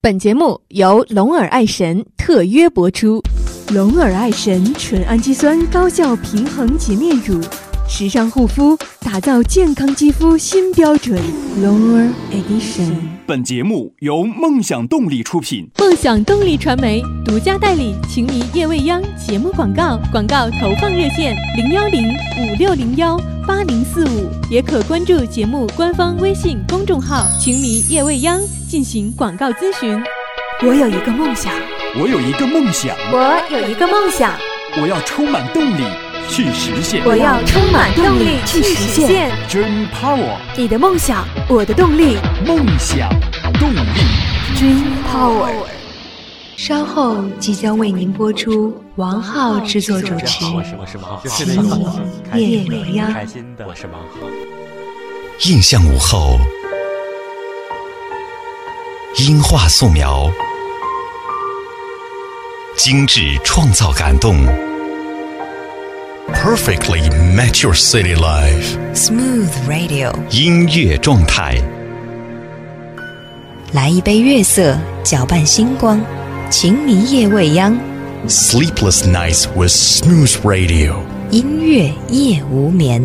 本节目由龙耳爱神特约播出。龙耳爱神纯氨基酸高效平衡洁面乳，时尚护肤，打造健康肌肤新标准。龙耳 Edition。 本节目由梦想动力出品， 梦想动力传媒独家代理情迷夜未央节目广告，广告投放热线01056018045，也可关注节目官方微信公众号情迷夜未央进行广告咨询。 我有一个梦想， 我有一个梦想， 我有一个梦想， 我要充满动力去实现， 我要充满动力去实现。 Dream Power， 你的梦想，我的动力， 梦想动力 Dream Power。 稍后即将为您播出王浩制作主持情迷夜未央。 我是王浩。 印象午后，音画素描，精致创造感动， Perfectly match your city life. Smooth Radio， 音乐状态。 来一杯月色，搅拌星光，情迷夜未央。 Sleepless nights with smooth radio， 音乐夜无眠。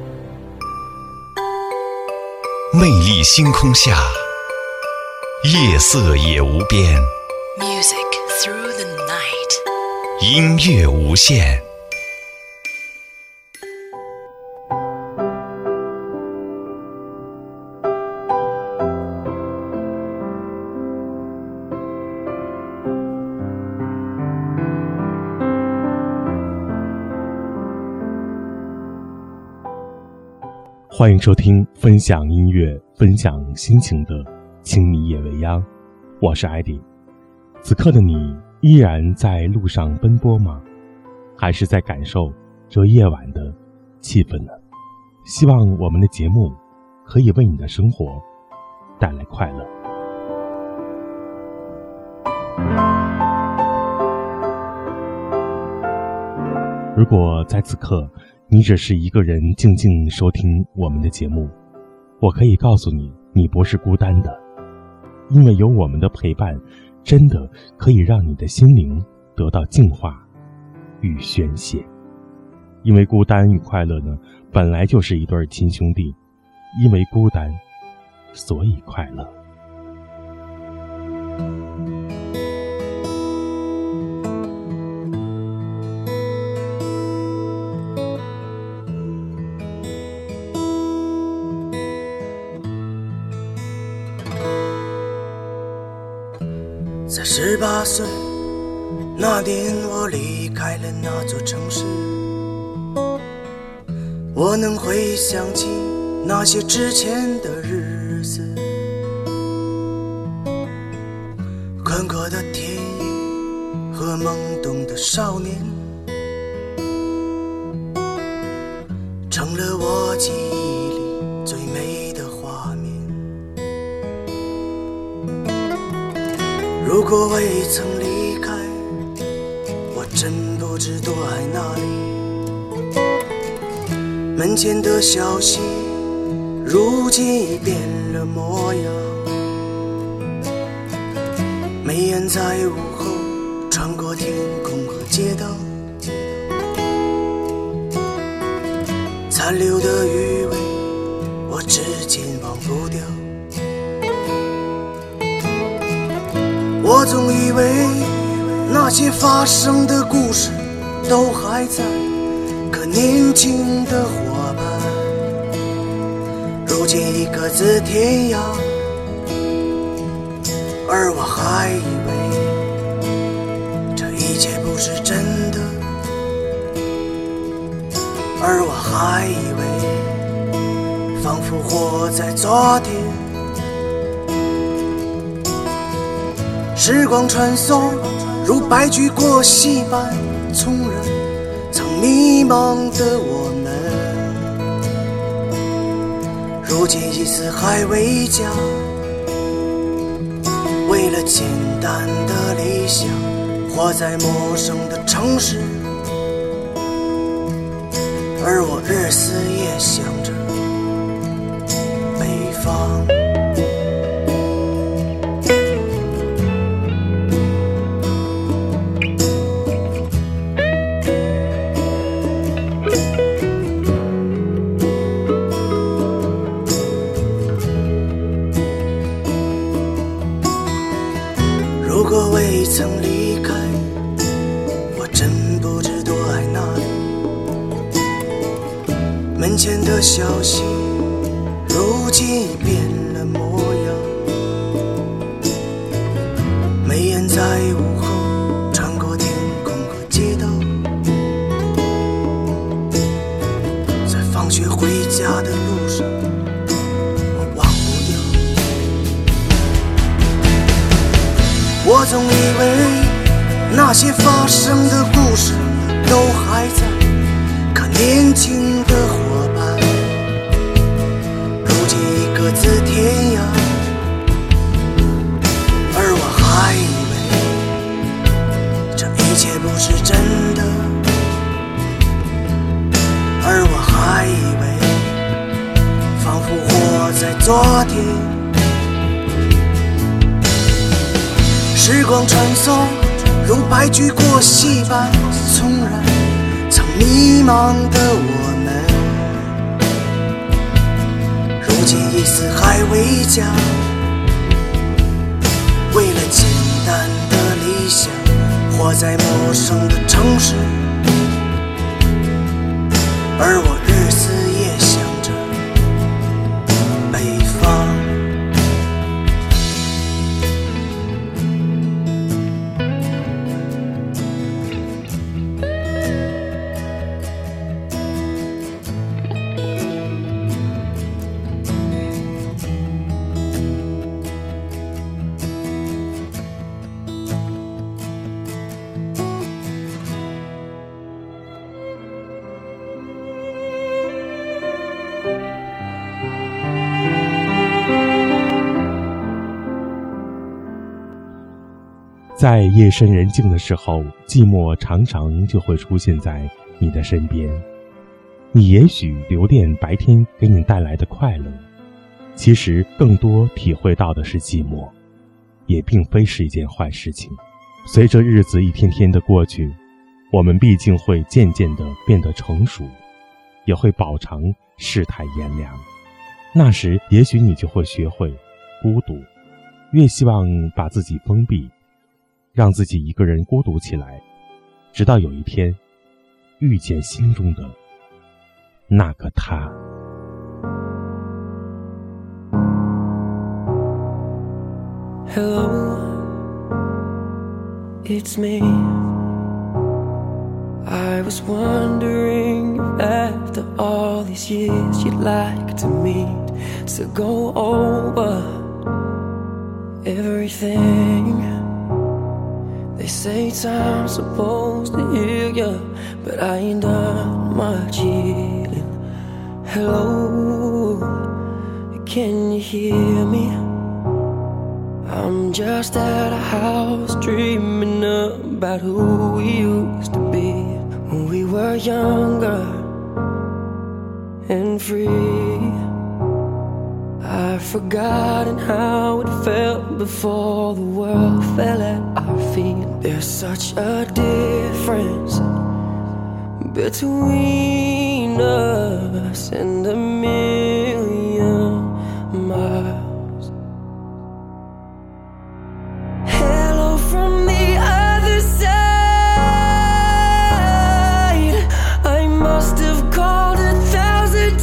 魅力星空下，夜色也无边。 Music through the night， 音乐无限。 欢迎收听分享音乐、分享心情的情迷夜未央，我是艾迪。此刻的你依然在路上奔波吗？还是在感受这夜晚的气氛呢？希望我们的节目可以为你的生活带来快乐。如果在此刻你只是一个人静静收听我们的节目，我可以告诉你，你不是孤单的，因为有我们的陪伴，真的可以让你的心灵得到净化与宣泄。因为孤单与快乐呢，本来就是一对亲兄弟，因为孤单，所以快乐。 在18岁那年，我离开了那座城市。我能回想起那些之前的日子，宽阔的田野和懵懂的少年，成了我记忆里最美的画面。如果未曾离开，我真不知躲在哪里。门前的小溪如今已变了模样，眉眼在午后穿过天空和街道，残留的余味我至今忘不掉。我总以为那些发生的故事都还在，可年轻的伙伴如今已各自天涯，而我还以为这一切不是真的，而我还以为仿佛活在昨天。时光穿梭如白驹过隙般从容，曾迷茫的我们如今已四海为家，为了简单的理想活在陌生的城市，而我日思夜想着北方。 如果未曾离开，我真不知多爱哪里。门前的小溪如今变了模样，眉眼在午后穿过天空和街道，在放学回家的路上我忘不掉。我总以为那些发生的故事都还在，可年轻的伙伴如今已各自天涯，而我还以为这一切不是真的，而我还以为仿佛活在昨天。时光穿梭如白驹过隙般匆然，曾迷茫的我们如今已四海为家，为了简单的理想活在陌生的城市，而我日思夜想着北方。 在夜深人静的时候，寂寞常常就会出现在你的身边。你也许留恋白天给你带来的快乐，其实更多体会到的是寂寞，也并非是一件坏事情。随着日子一天天的过去，我们毕竟会渐渐地变得成熟，也会饱尝世态炎凉。那时也许你就会学会孤独，越希望把自己封闭，让自己一个人孤独起来，直到有一天遇见心中的那个他。 Hello, it's me. I was wondering if after all these years you'd like to meet, to go over everything.They say time's supposed to heal you, but I ain't done much healing. Hello, can you hear me? I'm just at a house dreaming about who we used to be when we were younger and free.I've forgotten how it felt before the world fell at our feet. There's such a difference between us and a million miles. Hello from the other side. I must have called 1,000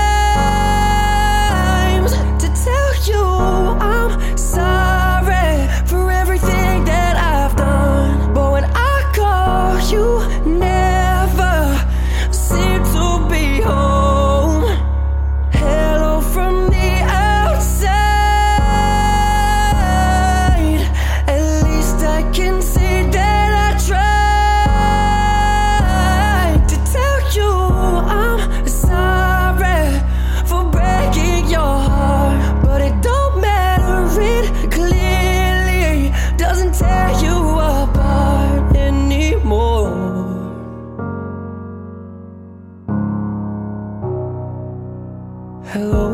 times.Hello,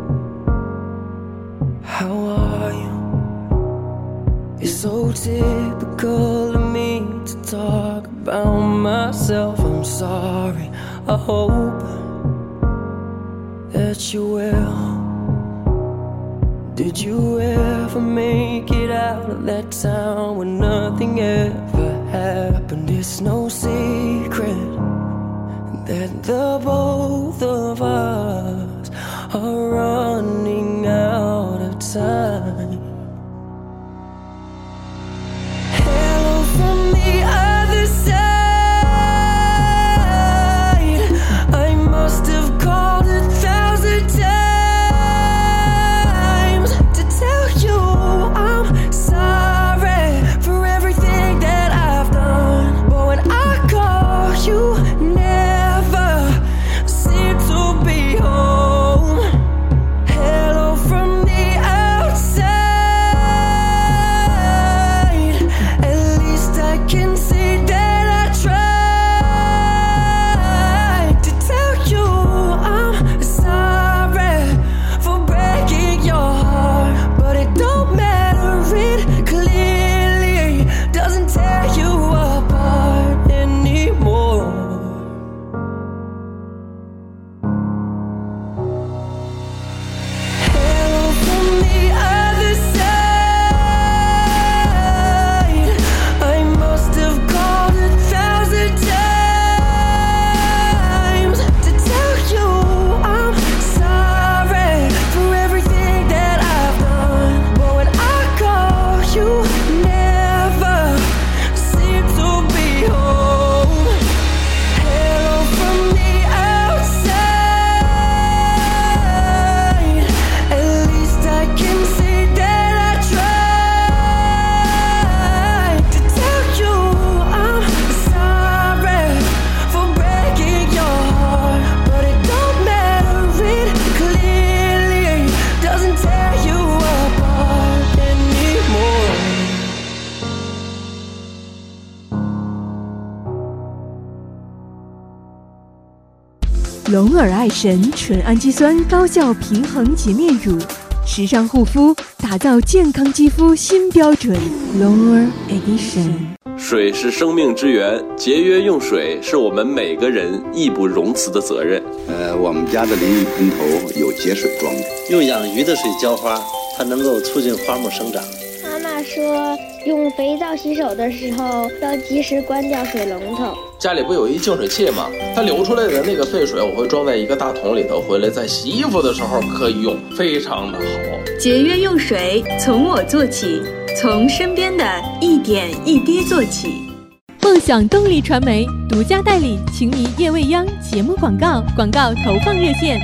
how are you? It's so typical of me to talk about myself. I'm sorry, I hope that you will. Did you ever make it out of that town when nothing ever happened? It's no secret that the both of us are running out of time. Hello from the other side. I must have called 1,000 times to tell you I'm sorry for everything that I've done. But when I call you, never seem to be home. Hello from the outside. At least I can say that I tried to tell you I'm sorry for breaking your heart. But it don't matter, it clearly doesn't tear you apart anymore. Hello from the other side. I must have called 1,000 times to tell you I'm sorry for everything that I've done. But when I call you, never seem to be home. Hello from the outside. At least I can say that I tried to tell you I'm sorry for breaking your heart. But it don't matter, it clearly doesn't tear you apart anymore. 龙尔爱神纯氨基酸高效平衡洁面乳，时尚护肤，打造健康肌肤新标准。龙尔 Edition。 水是生命之源，节约用水是我们每个人义不容辞的责任。 我们家的淋浴喷头有节水装置， 用养鱼的水浇花，它能够促进花木生长。 妈妈说，用肥皂洗手的时候要及时关掉水龙头。 家里不有一净水器吗？它流出来的那个废水，我会装在一个大桶里头，回来在洗衣服的时候可以用，非常的好。 节约用水，从我做起，从身边的一点一滴做起。 梦想动力传媒独家代理情迷夜未央节目广告，广告投放热线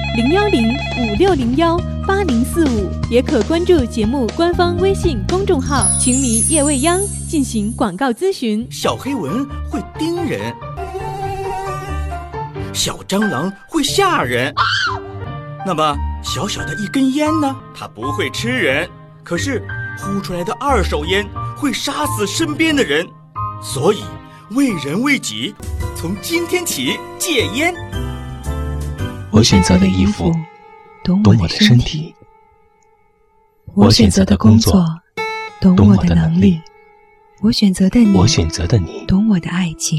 01056018045，也可关注节目官方微信公众号情迷夜未央进行广告咨询。 小黑蚊会叮人，小蟑螂会吓人，那么小小的一根烟呢？它不会吃人，可是呼出来的二手烟会杀死身边的人，所以为人为己，从今天起戒烟。 我选择的衣服懂我的身体，我选择的工作懂我的能力， 我选择的你懂我的爱情，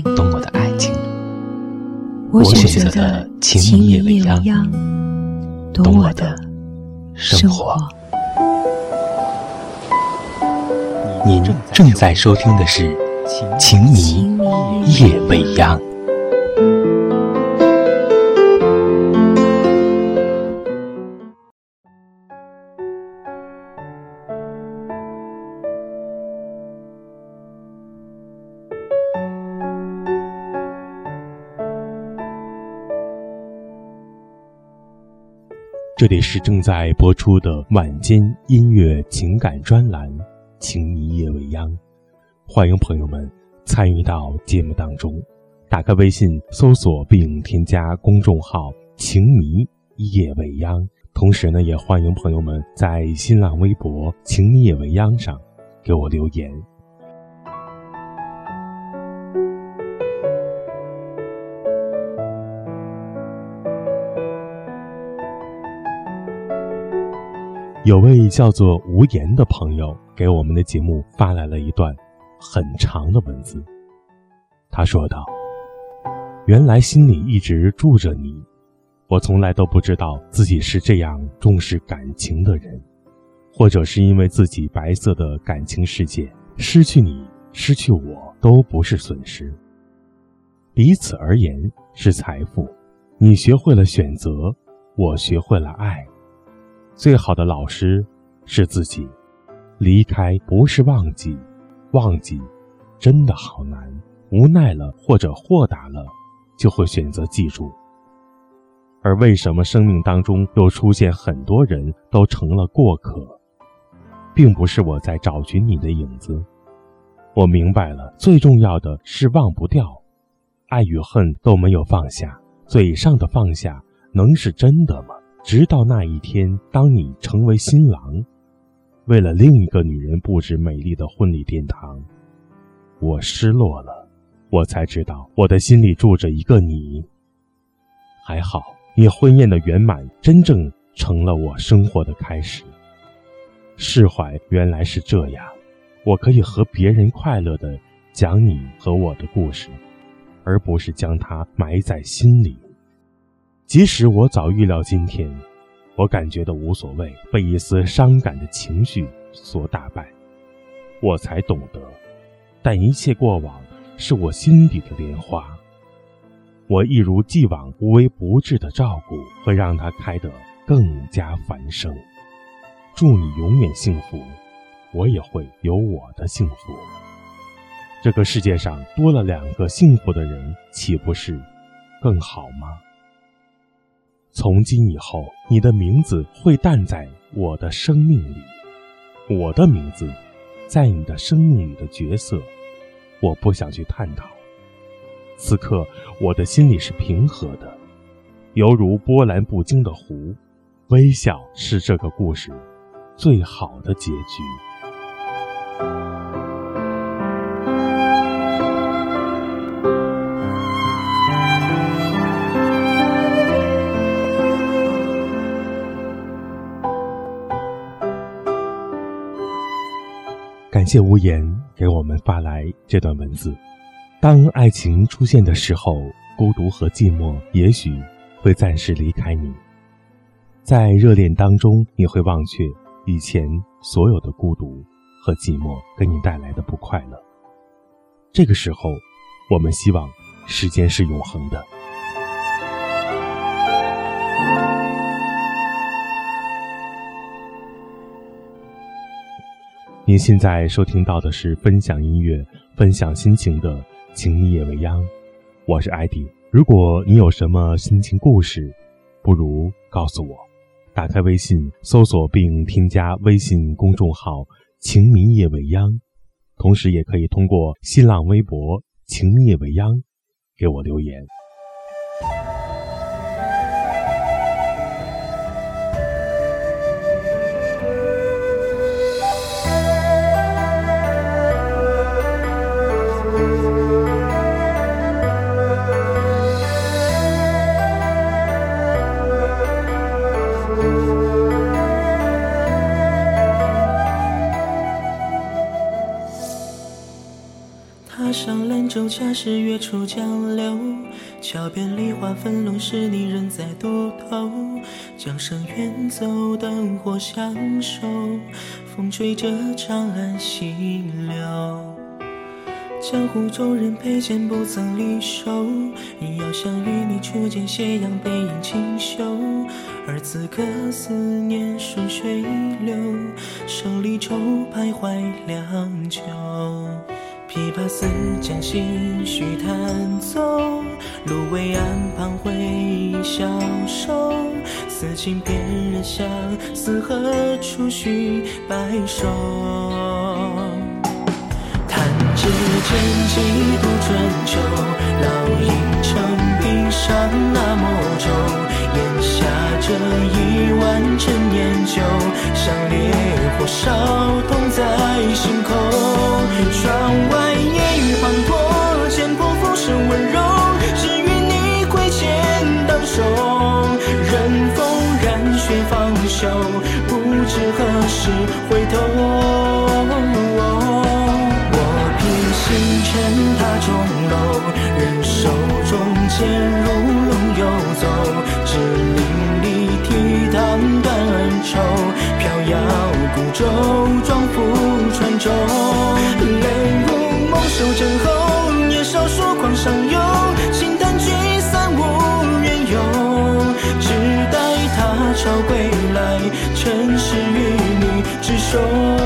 我选择的情夜未央懂我的生活。您正在收听的是情迷夜未央。 这里是正在播出的晚间音乐情感专栏情迷夜未央，欢迎朋友们参与到节目当中，打开微信搜索并添加公众号情迷夜未央，同时呢也欢迎朋友们在新浪微博情迷夜未央上给我留言。有位叫做无言的朋友给我们的节目发来了一段很长的文字，他说道：原来心里一直住着你，我从来都不知道自己是这样重视感情的人， 或者是因为自己白色的感情世界，失去你，失去我，都不是损失。彼此而言是财富，你学会了选择，我学会了爱。最好的老师是自己，离开不是忘记，忘记真的好难，无奈了或者豁达了，就会选择记住。而为什么生命当中又出现很多人都成了过客，并不是我在找寻你的影子，我明白了，最重要的是忘不掉，爱与恨都没有放下，嘴上的放下能是真的吗？直到那一天，当你成为新郎，为了另一个女人布置美丽的婚礼殿堂，我失落了，我才知道我的心里住着一个你。还好，你婚宴的圆满真正成了我生活的开始。释怀原来是这样，我可以和别人快乐地讲你和我的故事，而不是将它埋在心里。即使我早预料今天，我感觉的无所谓，被一丝伤感的情绪所打败，我才懂得，但一切过往是我心底的莲花，我一如既往无微不至的照顾，会让它开得更加繁盛。祝你永远幸福，我也会有我的幸福。这个世界上多了2个幸福的人，岂不是更好吗？从今以后，你的名字会淡在我的生命里，我的名字在你的生命里的角色，我不想去探讨。此刻我的心里是平和的，犹如波澜不惊的湖，微笑是这个故事最好的结局。感谢无言给我们发来这段文字。当爱情出现的时候，孤独和寂寞也许会暂时离开你。在热恋当中，你会忘却以前所有的孤独和寂寞给你带来的不快乐。这个时候，我们希望时间是永恒的。您现在收听到的是分享音乐、分享心情的情蜜夜未央，我是艾迪。如果你有什么心情故事，不如告诉我。打开微信，搜索并添加微信公众号情蜜夜未央，同时也可以通过新浪微博情蜜夜未央给我留言。 踏上兰州恰是月出江流，桥边梨花纷落时你仍在渡头，江声远走灯火相守，风吹着长安溪流。江湖中人佩剑不曾离手，遥想与你初见斜阳背影清秀，而此刻思念顺水流，手里愁徘徊良久。琵琶似将心绪弹奏，芦苇岸旁回消瘦，此情别人相思何处寻白首。弹指间几度春秋，老影成冰上那墨舟，咽下这一碗陈年酒，像烈火烧痛在心口。窗外烟雨滂沱，剑破浮生温柔，只愿你挥剑当手，任风染雪放袖，不知何时回头。我凭星辰踏钟楼，人手中剑如龙游走，只令你倜傥断恩仇，飘摇孤舟，壮扶船舟，泪如梦手枕后，年少疏狂上涌，轻叹聚散无缘由，只待他朝归来，尘世与你执手。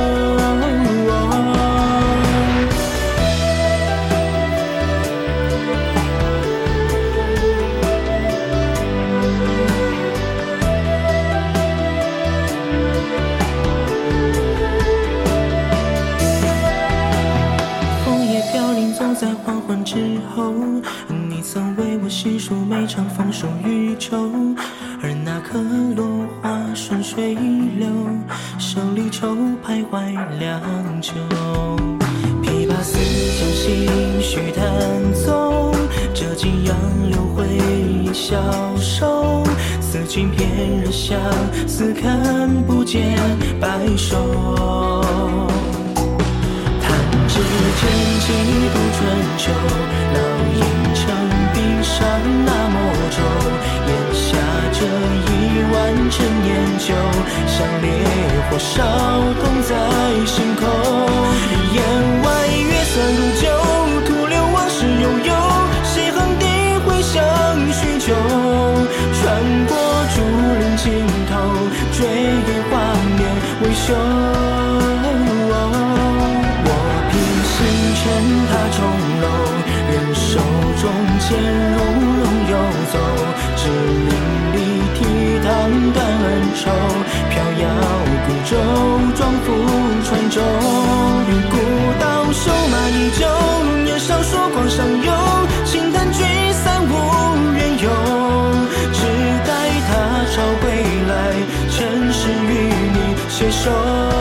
在黄昏之后，你曾为我细数每场丰收与秋，而那颗落花顺水流，手里愁徘徊良久。琵琶似将心绪弹奏，折尽杨柳回忆消瘦，似镜片日香，似看不见白首。指尖几度春秋，烙印成冰上那墨舟，咽下这1万陈年酒，像烈火烧痛在心口。檐外月色如旧，徒留往事悠悠，谁横笛回响许久，穿过竹林尽头，追忆画面微羞。趁他重楼，人手中剑如龙游走，只淋漓倜傥断恩仇，飘摇孤舟，壮扶船舟，古道瘦马依旧，年少疏狂上涌，轻叹聚散无缘由，只待他朝归来，尘世与你携手。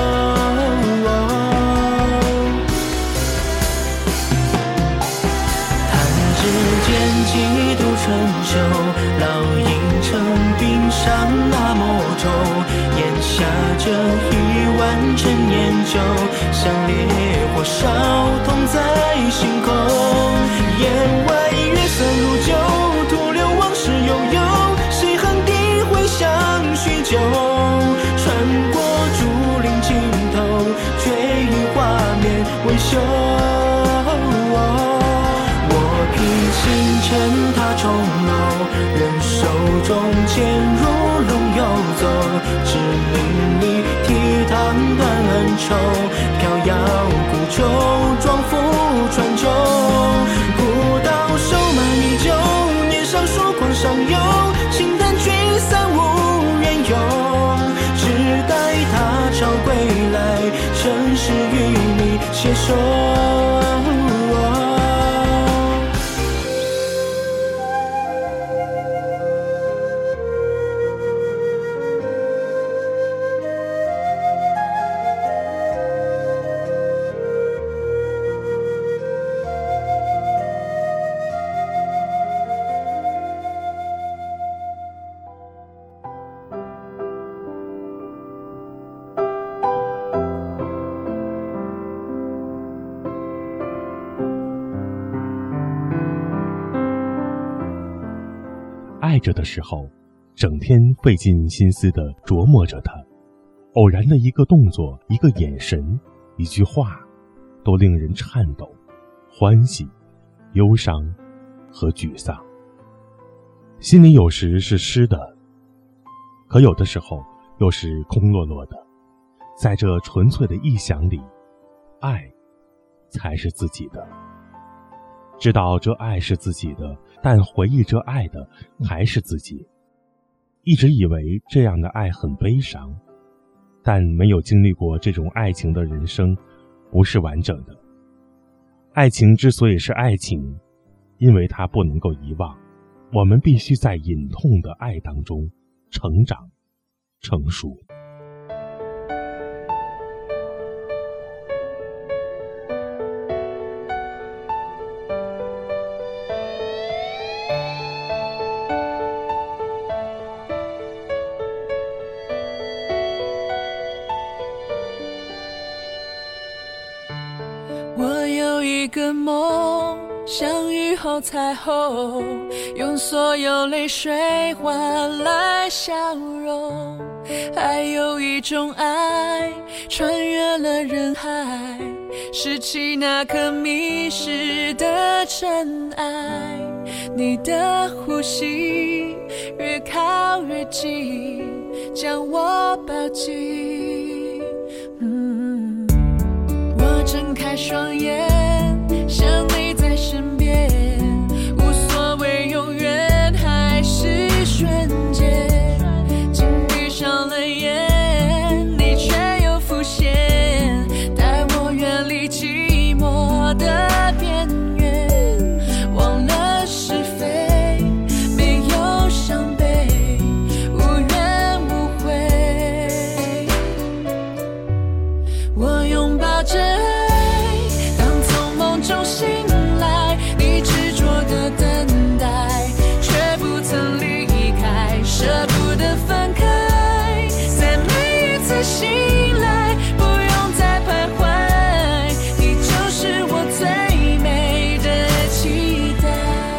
几度春秋，烙印成冰上那墨舟，咽下这1万陈年酒，像烈火烧痛在心口。檐外月色如旧，徒留往事悠悠，谁横笛回响许久，穿过竹林尽头，追忆画面微羞。星辰踏重楼，人手中剑如龙游走，只淋漓倜傥断恩仇，飘摇孤舟，壮扶船舟，古道瘦马依旧，年少疏狂上涌，轻叹聚散无缘由，只待他朝归来，尘世与你携手。 爱着的时候，整天费尽心思地琢磨着他，偶然的一个动作，一个眼神，一句话，都令人颤抖、欢喜、忧伤和沮丧。心里有时是湿的，可有的时候又是空落落的。在这纯粹的臆想里，爱才是自己的。知道这爱是自己的，但回忆这爱的还是自己。一直以为这样的爱很悲伤，但没有经历过这种爱情的人生不是完整的。爱情之所以是爱情，因为它不能够遗忘，我们必须在隐痛的爱当中成长成熟。 我有一个梦，像雨后彩虹，用所有泪水换来笑容。 还有一种爱穿越了人海，拾起那颗迷失的尘埃。你的呼吸越靠越近，将我抱紧。我睁开双眼，想你在身边，无所谓永远还是瞬间。紧闭上了眼，你却又浮现，带我远离寂寞的边缘。忘了是非，没有伤悲，无怨无悔。我拥抱着爱，当从梦中醒来，你执着的等待，却不曾离开，舍不得分开。在每一次醒来，不用再徘徊，你就是我最美的期待。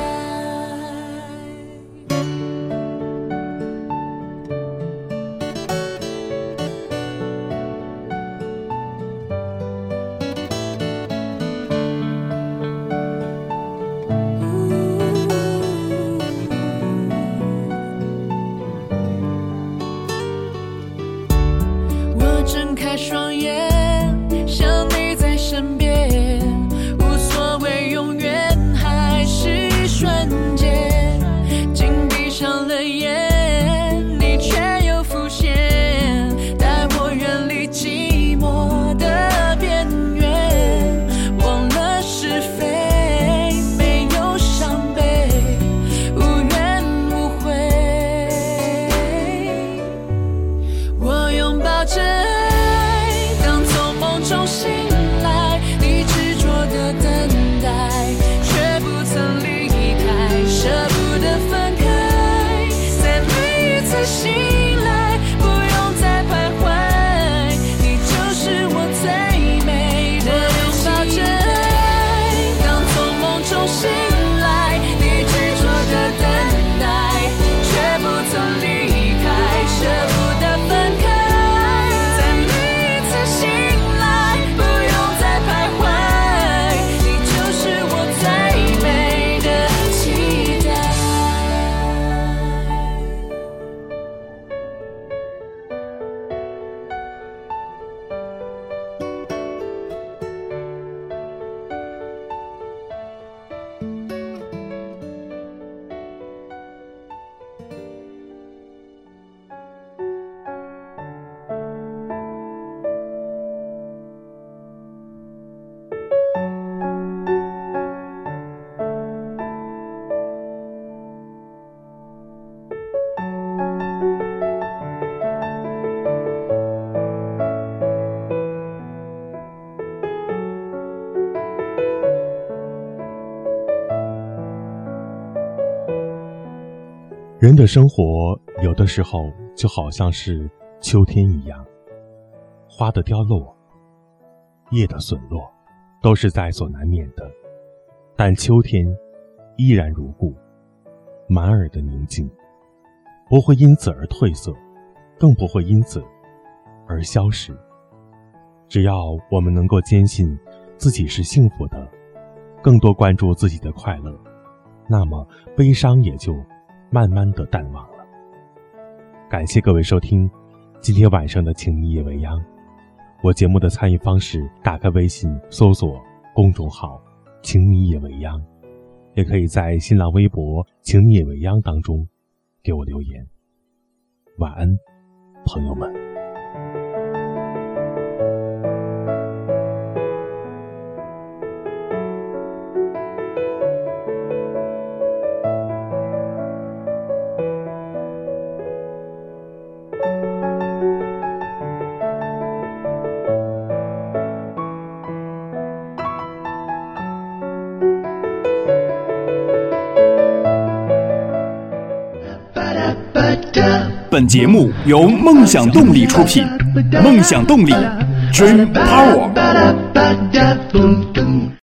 我睁开双眼，想你在身边，无所谓永远还是瞬间。紧闭上了眼，你却又浮现，带我远离寂寞的边缘。忘了是非，没有伤悲，无怨无悔。我拥抱着爱，当从梦中醒来，你执着的等待，却不曾离开，舍不得分开。在每一次醒来，不用再徘徊，你就是我最美的期待。我拥抱着爱，当从梦中醒来，你执着的等待，却不曾离开，舍不得分开。在每一次醒来，不用再徘徊，你就是我最美的期待。 人的生活有的时候就好像是秋天一样，花的凋落，叶的损落，都是在所难免的。但秋天依然如故，满耳的宁静，不会因此而褪色，更不会因此而消失。只要我们能够坚信自己是幸福的，更多关注自己的快乐，那么悲伤也就慢慢的淡忘了。感谢各位收听今天晚上的请你夜未央。我节目的参与方式，打开微信搜索公众号请你夜未央，也可以在新浪微博请你夜未央当中给我留言。晚安，朋友们。 本节目由梦想动力出品，梦想动力 Dream Power。